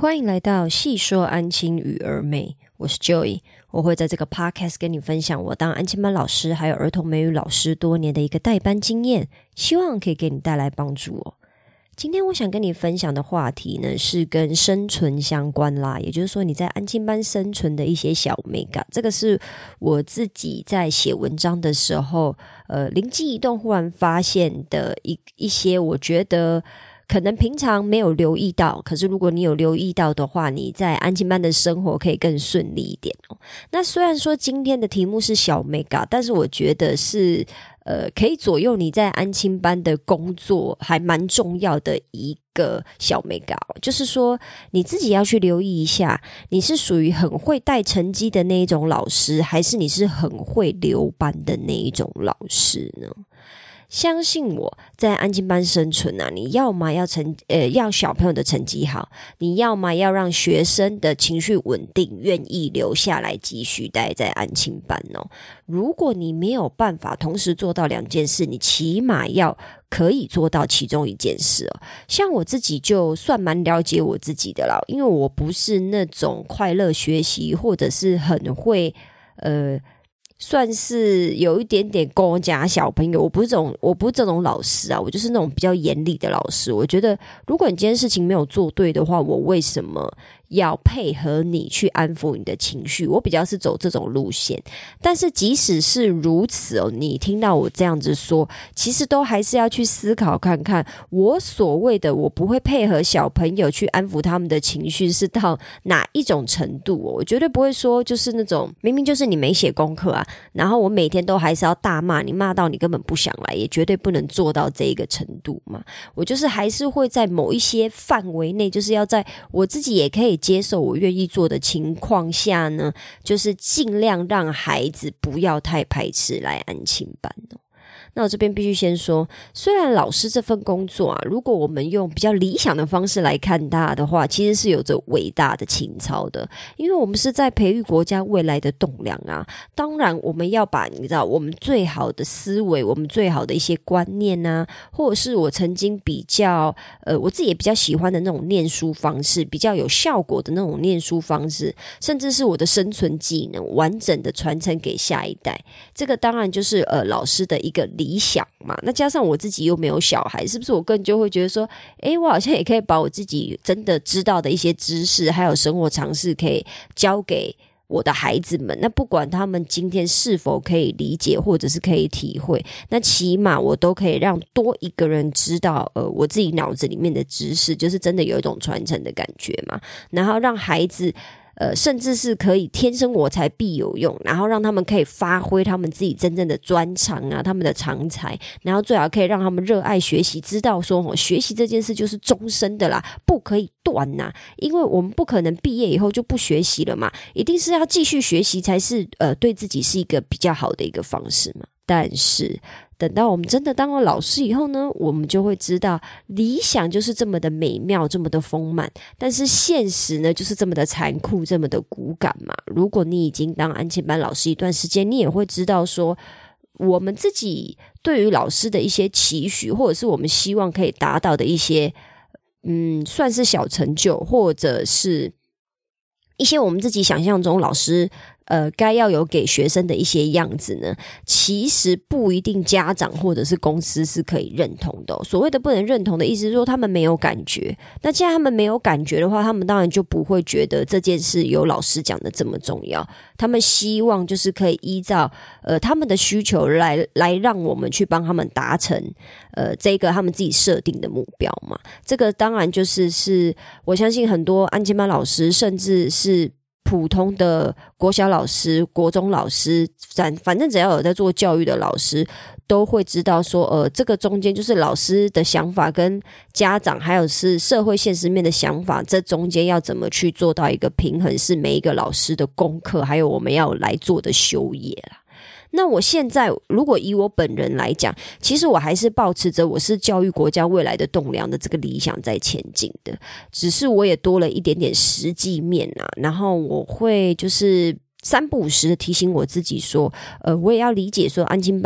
欢迎来到细说安亲与儿美，我是 Joy， 我会在这个 podcast 跟你分享我当安亲班老师还有儿童美语老师多年的一个带班经验，希望可以给你带来帮助哦。今天我想跟你分享的话题呢，是跟生存相关啦，也就是说你在安亲班生存的一些小美感，这个是我自己在写文章的时候灵机一动忽然发现的一些我觉得可能平常没有留意到，可是如果你有留意到的话，你在安亲班的生活可以更顺利一点哦。那虽然说今天的题目是小美感，但是我觉得是可以左右你在安亲班的工作还蛮重要的一个小美感哦，就是说你自己要去留意一下，你是属于很会带成绩的那一种老师，还是你是很会留班的那一种老师呢？相信我，在安亲班生存啊，你要么要小朋友的成绩好，你要么要让学生的情绪稳定，愿意留下来继续待在安亲班哦。如果你没有办法同时做到两件事，你起码要可以做到其中一件事哦。像我自己就算蛮了解我自己的啦，因为我不是那种快乐学习或者是很会算是有一点点勾夹小朋友，我不是这种老师啊，我就是那种比较严厉的老师。我觉得如果你今天事情没有做对的话，我为什么要配合你去安抚你的情绪？我比较是走这种路线。但是即使是如此哦，你听到我这样子说，其实都还是要去思考看看，我所谓的我不会配合小朋友去安抚他们的情绪是到哪一种程度哦。我绝对不会说就是那种明明就是你没写功课啊，然后我每天都还是要大骂你，骂到你根本不想来，也绝对不能做到这一个程度嘛。我就是还是会在某一些范围内，就是要在我自己也可以接受我愿意做的情况下呢，就是尽量让孩子不要太排斥来安亲班哦。那我这边必须先说，虽然老师这份工作啊，如果我们用比较理想的方式来看它的话，其实是有着伟大的情操的，因为我们是在培育国家未来的栋梁啊。当然我们要把你知道我们最好的思维，我们最好的一些观念啊，或者是我曾经比较我自己也比较喜欢的那种念书方式，比较有效果的那种念书方式，甚至是我的生存技能完整的传承给下一代，这个当然就是老师的一个理想嘛。那加上我自己又没有小孩，是不是我更就会觉得说我好像也可以把我自己真的知道的一些知识还有生活常识可以教给我的孩子们，那不管他们今天是否可以理解或者是可以体会，那起码我都可以让多一个人知道我自己脑子里面的知识，就是真的有一种传承的感觉嘛。然后让孩子甚至是可以天生我材必有用，然后让他们可以发挥他们自己真正的专长啊，他们的长才，然后最好可以让他们热爱学习，知道说学习这件事就是终身的啦，不可以断啊，因为我们不可能毕业以后就不学习了嘛，一定是要继续学习才是对自己是一个比较好的一个方式嘛。但是等到我们真的当了老师以后呢，我们就会知道理想就是这么的美妙，这么的丰满，但是现实呢就是这么的残酷，这么的骨感嘛。如果你已经当安亲班老师一段时间，你也会知道说我们自己对于老师的一些期许，或者是我们希望可以达到的一些算是小成就，或者是一些我们自己想象中老师该要有给学生的一些样子呢，其实不一定家长或者是公司是可以认同的所谓的不能认同的意思是说他们没有感觉，那既然他们没有感觉的话，他们当然就不会觉得这件事有老师讲的这么重要，他们希望就是可以依照他们的需求来让我们去帮他们达成这个他们自己设定的目标嘛。这个当然就是我相信很多安亲班老师甚至是普通的国小老师、国中老师，反正只要有在做教育的老师都会知道说这个中间就是老师的想法跟家长还有是社会现实面的想法，这中间要怎么去做到一个平衡，是每一个老师的功课还有我们要来做的修业啦。那我现在如果以我本人来讲，其实我还是抱持着我是教育国家未来的栋梁的这个理想在前进的，只是我也多了一点点实际面啊，然后我会就是三不五时的提醒我自己说我也要理解说安亲班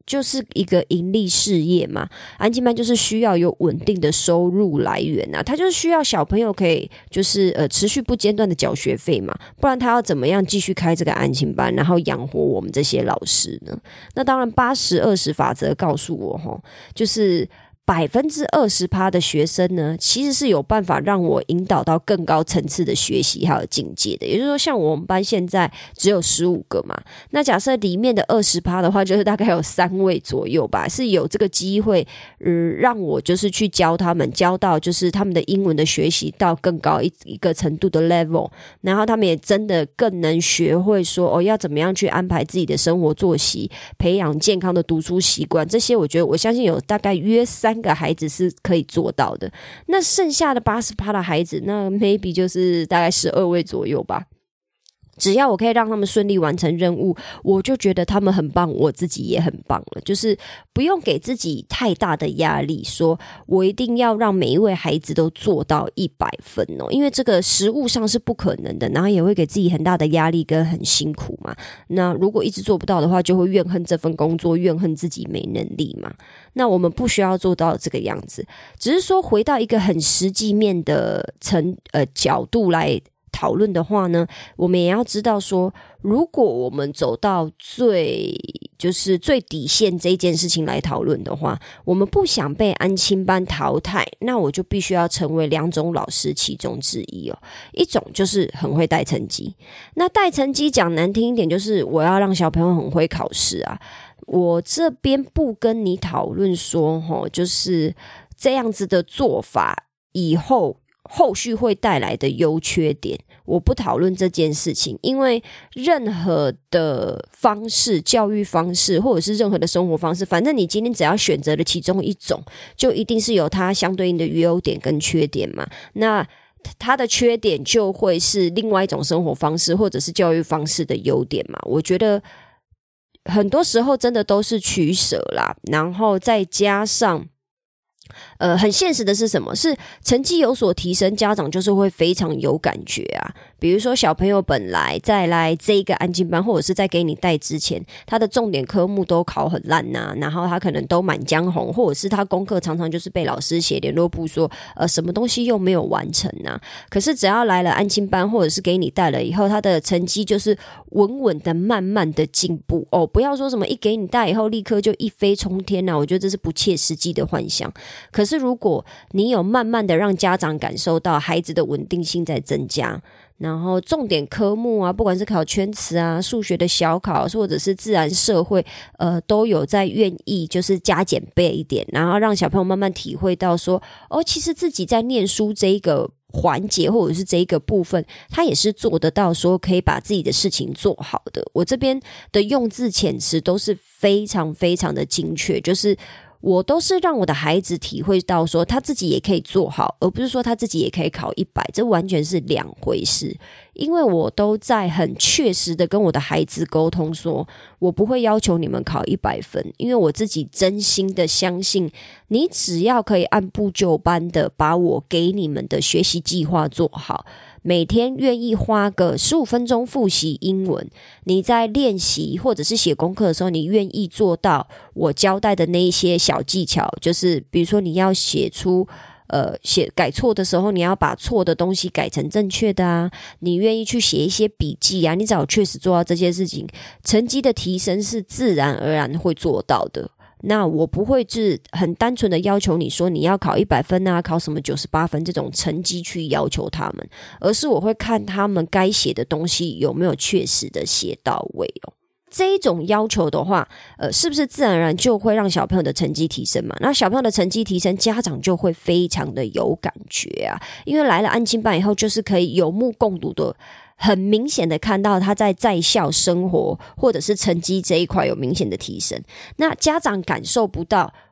就是一个盈利事业嘛，安亲班就是需要有稳定的收入来源啊，它就是需要小朋友可以就是持续不间断的缴学费嘛，不然他要怎么样继续开这个安亲班，然后养活我们这些老师呢？那当然80-20法则告诉我就是20%的学生呢，其实是有办法让我引导到更高层次的学习还有境界的。也就是说，像我们班现在只有15个嘛，那假设里面的20%的话，就是大概有3位左右吧，是有这个机会，让我就是去教他们，教到就是他们的英文的学习到更高一个程度的 level， 然后他们也真的更能学会说要怎么样去安排自己的生活作息，培养健康的读书习惯，这些我相信有大概约3个孩子是可以做到的。那剩下的80%的孩子，那 maybe 就是大概12位左右吧。只要我可以让他们顺利完成任务，我就觉得他们很棒，我自己也很棒了。就是不用给自己太大的压力，说我一定要让每一位孩子都做到100分因为这个实务上是不可能的，然后也会给自己很大的压力跟很辛苦嘛。那如果一直做不到的话，就会怨恨这份工作，怨恨自己没能力嘛。那我们不需要做到这个样子，只是说回到一个很实际面的角度来讨论的话呢，我们也要知道说，如果我们走到最底线这件事情来讨论的话，我们不想被安亲班淘汰，那我就必须要成为2种老师其中之一一种就是很会带成绩，那带成绩讲难听一点，就是我要让小朋友很会考试啊。我这边不跟你讨论说就是这样子的做法以后续会带来的优缺点，我不讨论这件事情，因为任何的方式，教育方式或者是任何的生活方式，反正你今天只要选择了其中一种，就一定是有它相对应的优点跟缺点嘛。那它的缺点就会是另外一种生活方式或者是教育方式的优点嘛。我觉得很多时候真的都是取舍啦，然后再加上很现实的是什么？是成绩有所提升，家长就是会非常有感觉啊。比如说小朋友本来在来这一个安亲班，或者是在给你带之前，他的重点科目都考很烂啊，然后他可能都满江红，或者是他功课常常就是被老师写联络簿说什么东西又没有完成啊。可是只要来了安亲班，或者是给你带了以后，他的成绩就是稳稳的慢慢的进步不要说什么一给你带以后立刻就一飞冲天啊，我觉得这是不切实际的幻想。可是如果你有慢慢的让家长感受到孩子的稳定性在增加，然后重点科目啊，不管是考圈词啊、数学的小考，或者是自然社会都有在愿意就是加减背一点，然后让小朋友慢慢体会到说其实自己在念书这一个环节或者是这一个部分，他也是做得到说可以把自己的事情做好的。我这边的用字遣词都是非常非常的精确，就是我都是让我的孩子体会到说他自己也可以做好，而不是说他自己也可以考100，这完全是两回事。因为我都在很确实的跟我的孩子沟通说，我不会要求你们考100分，因为我自己真心的相信，你只要可以按部就班的把我给你们的学习计划做好，每天愿意花个15分钟复习英文，你在练习或者是写功课的时候，你愿意做到我交代的那一些小技巧，就是比如说你要写出改错的时候，你要把错的东西改成正确的啊，你愿意去写一些笔记啊，你只要确实做到这些事情，成绩的提升是自然而然会做到的。那我不会是很单纯的要求你说你要考100分啊，考什么98分这种成绩去要求他们，而是我会看他们该写的东西有没有确实的写到位这一种要求的话是不是自然而然就会让小朋友的成绩提升嘛？那小朋友的成绩提升，家长就会非常的有感觉啊，因为来了安亲班以后，就是可以有目共睹的很明显的看到他在校生活或者是成绩这一块有明显的提升。那家长感受不到，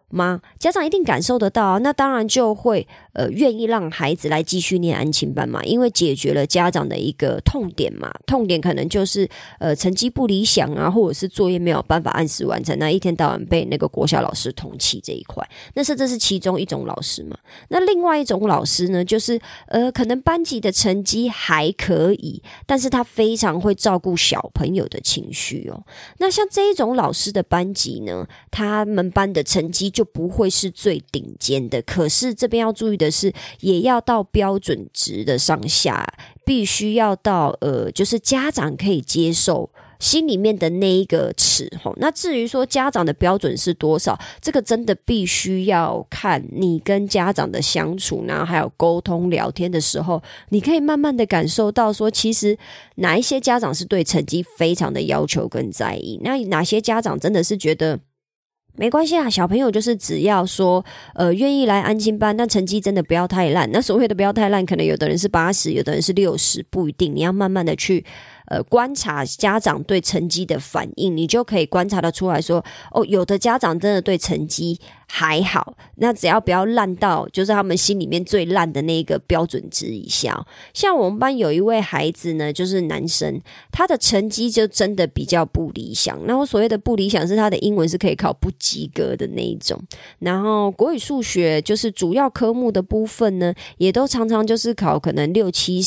吗？家长一定感受得到啊，那当然就会愿意让孩子来继续念安亲班嘛，因为解决了家长的一个痛点嘛，痛点可能就是成绩不理想啊，或者是作业没有办法按时完成，那一天到晚被那个国小老师通气这一块，这是其中一种老师嘛。那另外一种老师呢，就是可能班级的成绩还可以，但是他非常会照顾小朋友的情绪哦。那像这一种老师的班级呢，他们班的成绩就不会是最顶尖的，可是这边要注意的是，也要到标准值的上下，必须要到就是家长可以接受心里面的那一个尺齁。那至于说家长的标准是多少，这个真的必须要看你跟家长的相处，然后还有沟通聊天的时候，你可以慢慢的感受到说，其实哪一些家长是对成绩非常的要求跟在意，那哪些家长真的是觉得没关系啊，小朋友就是只要说愿意来安亲班，那成绩真的不要太烂。那所谓的不要太烂，可能有的人是80，有的人是60，不一定，你要慢慢的去观察家长对成绩的反应，你就可以观察得出来说，有的家长真的对成绩还好，那只要不要烂到就是他们心里面最烂的那个标准值以下。像我们班有一位孩子呢，就是男生，他的成绩就真的比较不理想。那我所谓的不理想是他的英文是可以考不及格的那一种，然后国语数学就是主要科目的部分呢，也都常常就是考可能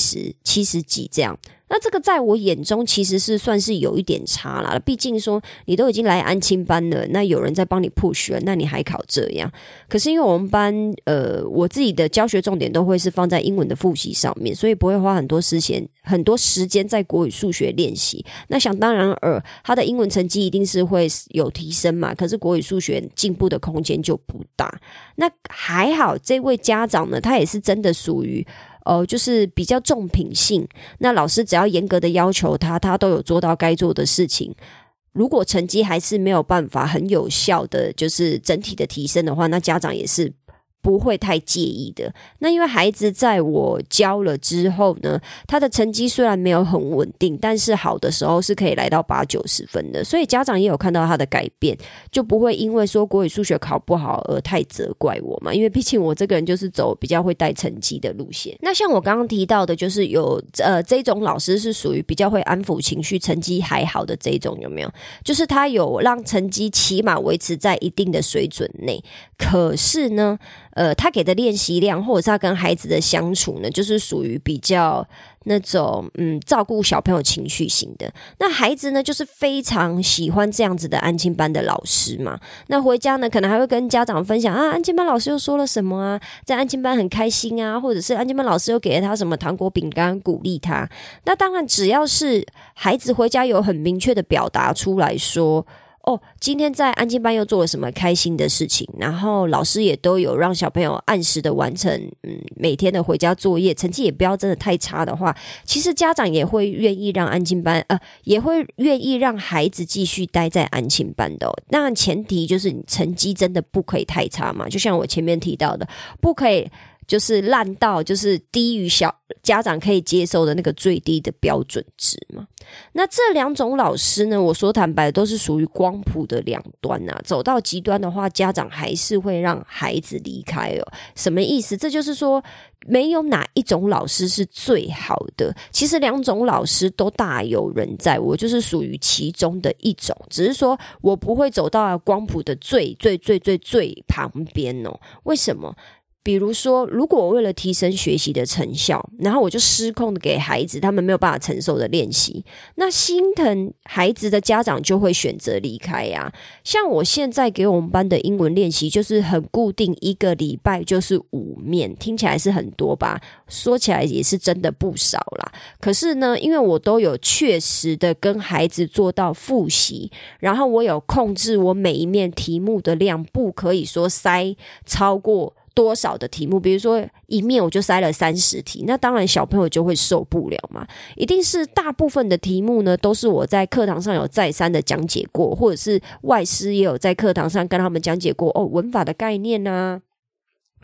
60、70几这样。那这个在我眼中其实是算是有一点差啦，毕竟说你都已经来安亲班了，那有人在帮你 push 了，那你还考这样。可是因为我们班我自己的教学重点都会是放在英文的复习上面，所以不会花很多时间在国语数学练习。那想当然他的英文成绩一定是会有提升嘛，可是国语数学进步的空间就不大。那还好这位家长呢，他也是真的属于就是比较重品性，那老师只要严格的要求他都有做到该做的事情。如果成绩还是没有办法很有效的就是整体的提升的话，那家长也是不会太介意的。那因为孩子在我教了之后呢，他的成绩虽然没有很稳定，但是好的时候是可以来到80-90分的，所以家长也有看到他的改变，就不会因为说国语数学考不好而太责怪我嘛，因为毕竟我这个人就是走比较会带成绩的路线。那像我刚刚提到的，就是有这种老师是属于比较会安抚情绪，成绩还好的这种，有没有？就是他有让成绩起码维持在一定的水准内，可是呢他给的练习量或者是他跟孩子的相处呢，就是属于比较那种照顾小朋友情绪型的。那孩子呢，就是非常喜欢这样子的安亲班的老师嘛。那回家呢，可能还会跟家长分享啊，安亲班老师又说了什么啊，在安亲班很开心啊，或者是安亲班老师又给了他什么糖果饼干鼓励他。那当然，只要是孩子回家有很明确的表达出来说，今天在安亲班又做了什么开心的事情，然后老师也都有让小朋友按时的完成每天的回家作业，成绩也不要真的太差的话，其实家长也会愿意让安亲班也会愿意让孩子继续待在安亲班的当然前提就是你成绩真的不可以太差嘛，就像我前面提到的，不可以就是烂到就是低于家长可以接受的那个最低的标准值嘛。那这两种老师呢，我说坦白的都是属于光谱的两端啊，走到极端的话，家长还是会让孩子离开什么意思？这就是说没有哪一种老师是最好的，其实两种老师都大有人在，我就是属于其中的一种，只是说我不会走到光谱的最旁边为什么？比如说如果我为了提升学习的成效，然后我就失控的给孩子他们没有办法承受的练习，那心疼孩子的家长就会选择离开呀。像我现在给我们班的英文练习就是很固定，一个礼拜就是5面，听起来是很多吧，说起来也是真的不少啦。可是呢，因为我都有确实的跟孩子做到复习，然后我有控制我每一面题目的量，不可以说塞超过多少的题目，比如说一面我就塞了30题，那当然小朋友就会受不了嘛。一定是大部分的题目呢都是我在课堂上有再三的讲解过，或者是外师也有在课堂上跟他们讲解过文法的概念啊，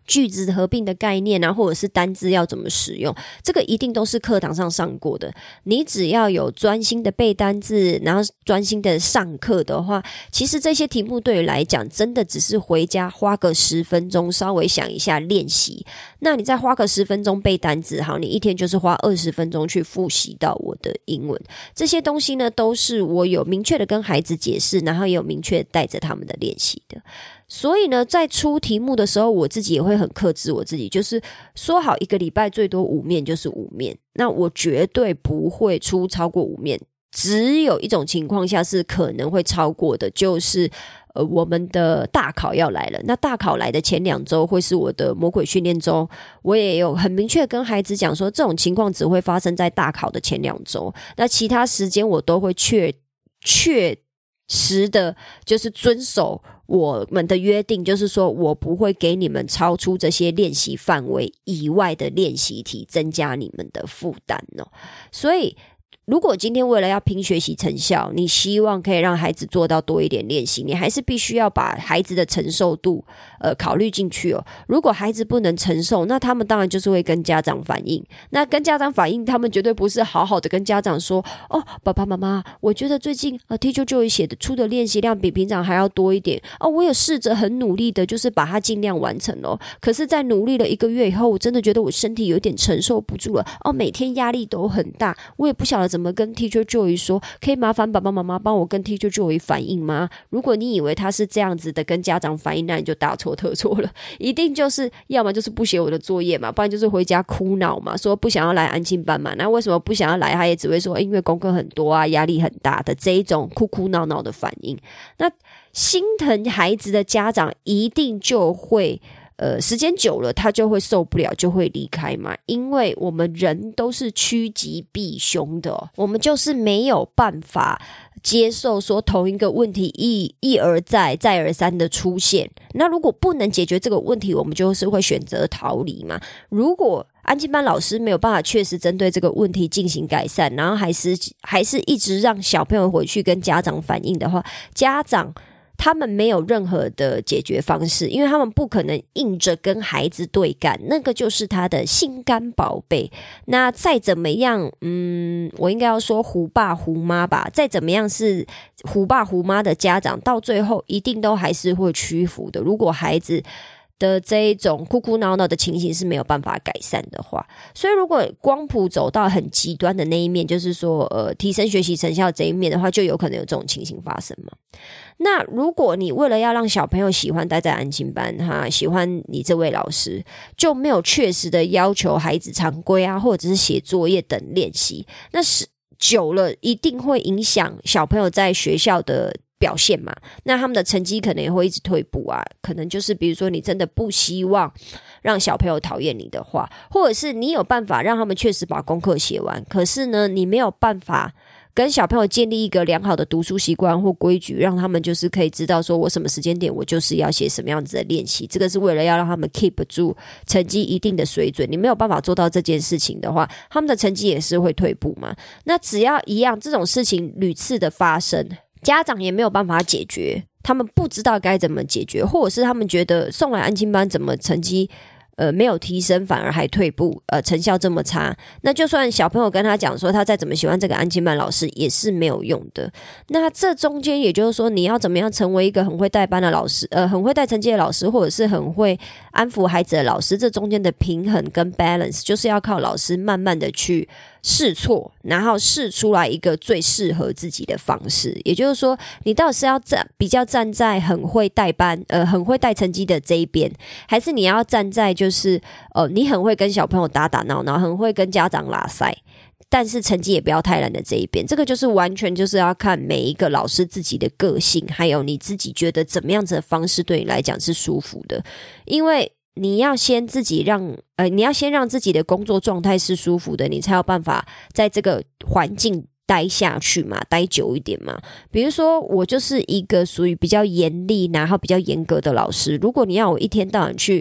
句子合并的概念啊，或者是单字要怎么使用，这个一定都是课堂上上过的。你只要有专心的背单字，然后专心的上课的话，其实这些题目对你来讲真的只是回家花个10分钟稍微想一下练习。那你再花个10分钟背单字，好，你一天就是花20分钟去复习到我的英文。这些东西呢，都是我有明确的跟孩子解释，然后也有明确带着他们的练习的。所以呢，在出题目的时候，我自己也会很克制我自己，就是说好一个礼拜最多5面就是5面，那我绝对不会出超过5面。只有一种情况下是可能会超过的，就是我们的大考要来了。那大考来的前2周会是我的魔鬼训练周，我也有很明确跟孩子讲说，这种情况只会发生在大考的前2周，那其他时间我都会确实的就是遵守我们的约定，就是说我不会给你们超出这些练习范围以外的练习题，增加你们的负担哦。所以如果今天为了要拼学习成效，你希望可以让孩子做到多一点练习，你还是必须要把孩子的承受度考虑进去哦。如果孩子不能承受，那他们当然就是会跟家长反映。那跟家长反映，他们绝对不是好好的跟家长说，哦，爸爸妈妈，我觉得最近Teacher Joy 写的出的练习量比平常还要多一点哦，我有试着很努力的，就是把它尽量完成哦。可是在努力了1个月以后，我真的觉得我身体有点承受不住了哦，每天压力都很大，我也不晓得怎么跟 Teacher Joy 说，可以麻烦爸爸妈妈帮我跟 Teacher Joy 反映吗？如果你以为他是这样子的跟家长反映，那你就大错特错了，一定就是要么就是不写我的作业嘛，不然就是回家哭闹嘛，说不想要来安亲班嘛。那为什么不想要来？他也只会说因为功课很多啊，压力很大的这一种哭哭闹闹的反应。那心疼孩子的家长一定就会时间久了他就会受不了，就会离开嘛。因为我们人都是趋吉避凶的哦，我们就是没有办法接受说同一个问题一而再再而三的出现。那如果不能解决这个问题，我们就是会选择逃离嘛。如果安亲班老师没有办法确实针对这个问题进行改善，然后还是一直让小朋友回去跟家长反映的话，家长他们没有任何的解决方式，因为他们不可能硬着跟孩子对干，那个就是他的心肝宝贝。那再怎么样我应该要说虎爸虎妈吧，再怎么样是虎爸虎妈的家长，到最后一定都还是会屈服的。如果孩子的这一种哭哭闹闹的情形是没有办法改善的话，所以如果光谱走到很极端的那一面，就是说提升学习成效这一面的话，就有可能有这种情形发生嘛。那如果你为了要让小朋友喜欢待在安亲班喜欢你这位老师，就没有确实的要求孩子常规啊，或者是写作业等练习，那是久了一定会影响小朋友在学校的表现嘛。那他们的成绩可能也会一直退步啊，可能就是比如说你真的不希望让小朋友讨厌你的话，或者是你有办法让他们确实把功课写完，可是呢你没有办法跟小朋友建立一个良好的读书习惯或规矩，让他们就是可以知道说我什么时间点我就是要写什么样子的练习，这个是为了要让他们 keep 住成绩一定的水准。你没有办法做到这件事情的话，他们的成绩也是会退步嘛。那只要一样这种事情屡次的发生，家长也没有办法解决，他们不知道该怎么解决，或者是他们觉得送来安亲班怎么成绩没有提升反而还退步，成效这么差，那就算小朋友跟他讲说他再怎么喜欢这个安亲班老师也是没有用的。那这中间也就是说你要怎么样成为一个很会带班的老师，很会带成绩的老师，或者是很会安抚孩子的老师，这中间的平衡跟 balance 就是要靠老师慢慢的去试错，然后试出来一个最适合自己的方式。也就是说你到底是要比较站在很会带班很会带成绩的这一边，还是你要站在就是你很会跟小朋友打打闹闹，很会跟家长拉塞，但是成绩也不要太烂的这一边。这个就是完全就是要看每一个老师自己的个性，还有你自己觉得怎么样子的方式对你来讲是舒服的。因为你要先你要先让自己的工作状态是舒服的，你才有办法在这个环境待下去嘛，待久一点嘛。比如说我就是一个属于比较严厉然后比较严格的老师，如果你要我一天到晚去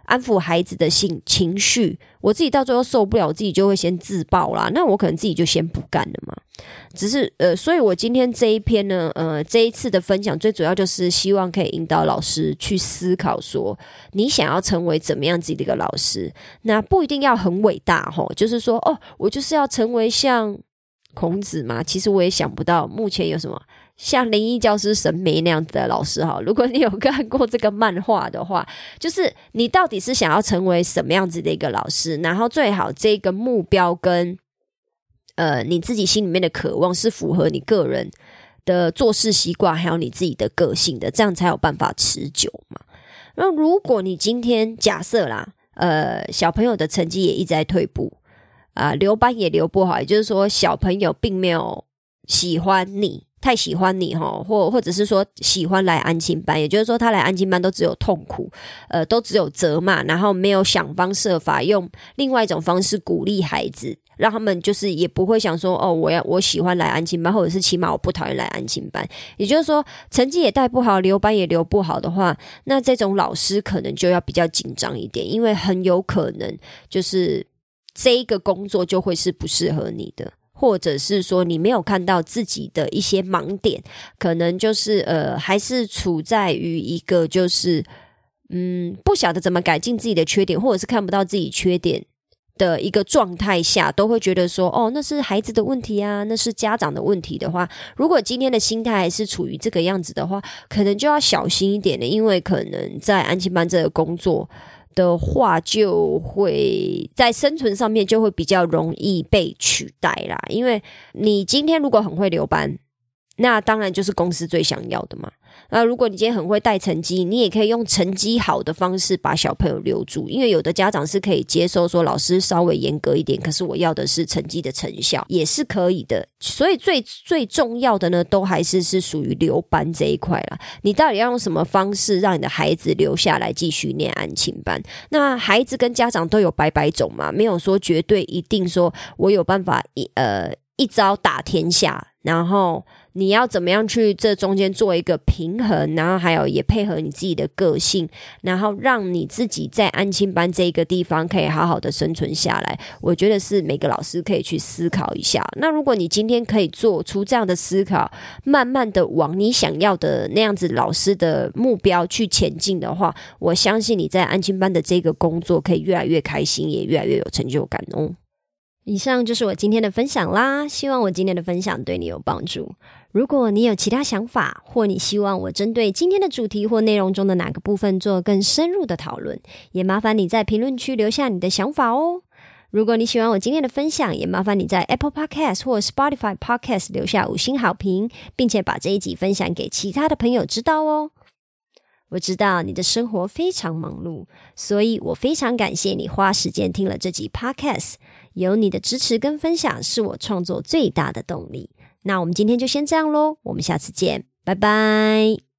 安抚孩子的情绪，我自己到最后受不了，我自己就会先自爆啦，那我可能自己就先不干了嘛。只是所以我今天这一篇呢，这一次的分享最主要就是希望可以引导老师去思考说，你想要成为怎么样子的一个老师，那不一定要很伟大齁，就是说我就是要成为像孔子嘛，其实我也想不到目前有什么像灵异教师神眉那样子的老师哈。如果你有看过这个漫画的话，就是你到底是想要成为什么样子的一个老师，然后最好这个目标跟你自己心里面的渴望是符合你个人的做事习惯还有你自己的个性的，这样才有办法持久嘛。那如果你今天假设啦小朋友的成绩也一直在退步留班也留不好，也就是说小朋友并没有太喜欢你或者是说喜欢来安亲班，也就是说他来安亲班都只有痛苦都只有责骂，然后没有想方设法用另外一种方式鼓励孩子，让他们就是也不会想说我喜欢来安亲班，或者是起码我不讨厌来安亲班。也就是说成绩也带不好，留班也留不好的话，那这种老师可能就要比较紧张一点，因为很有可能就是这一个工作就会是不适合你的，或者是说你没有看到自己的一些盲点，可能就是还是处在于一个就是不晓得怎么改进自己的缺点，或者是看不到自己缺点的一个状态下，都会觉得说那是孩子的问题啊，那是家长的问题的话，如果今天的心态还是处于这个样子的话，可能就要小心一点了，因为可能在安亲班这个工作的话，就会在生存上面就会比较容易被取代啦。因为你今天如果很会留班，那当然就是公司最想要的嘛。那如果你今天很会带成绩，你也可以用成绩好的方式把小朋友留住，因为有的家长是可以接受说老师稍微严格一点，可是我要的是成绩的成效，也是可以的。所以最重要的呢，都还是属于留班这一块啦。你到底要用什么方式让你的孩子留下来继续念安亲班？那孩子跟家长都有百百种嘛，没有说绝对一定说我有办法一招打天下，然后你要怎么样去这中间做一个平衡，然后还有也配合你自己的个性，然后让你自己在安亲班这个地方可以好好的生存下来，我觉得是每个老师可以去思考一下。那如果你今天可以做出这样的思考，慢慢的往你想要的那样子老师的目标去前进的话，我相信你在安亲班的这个工作可以越来越开心，也越来越有成就感哦。以上就是我今天的分享啦，希望我今天的分享对你有帮助。如果你有其他想法，或你希望我针对今天的主题或内容中的哪个部分做更深入的讨论，也麻烦你在评论区留下你的想法哦。如果你喜欢我今天的分享，也麻烦你在 Apple Podcast 或 Spotify Podcast 留下5星好评，并且把这一集分享给其他的朋友知道哦。我知道你的生活非常忙碌，所以我非常感谢你花时间听了这集 Podcast， 有你的支持跟分享是我创作最大的动力。那我们今天就先这样咯，我们下次见，拜拜。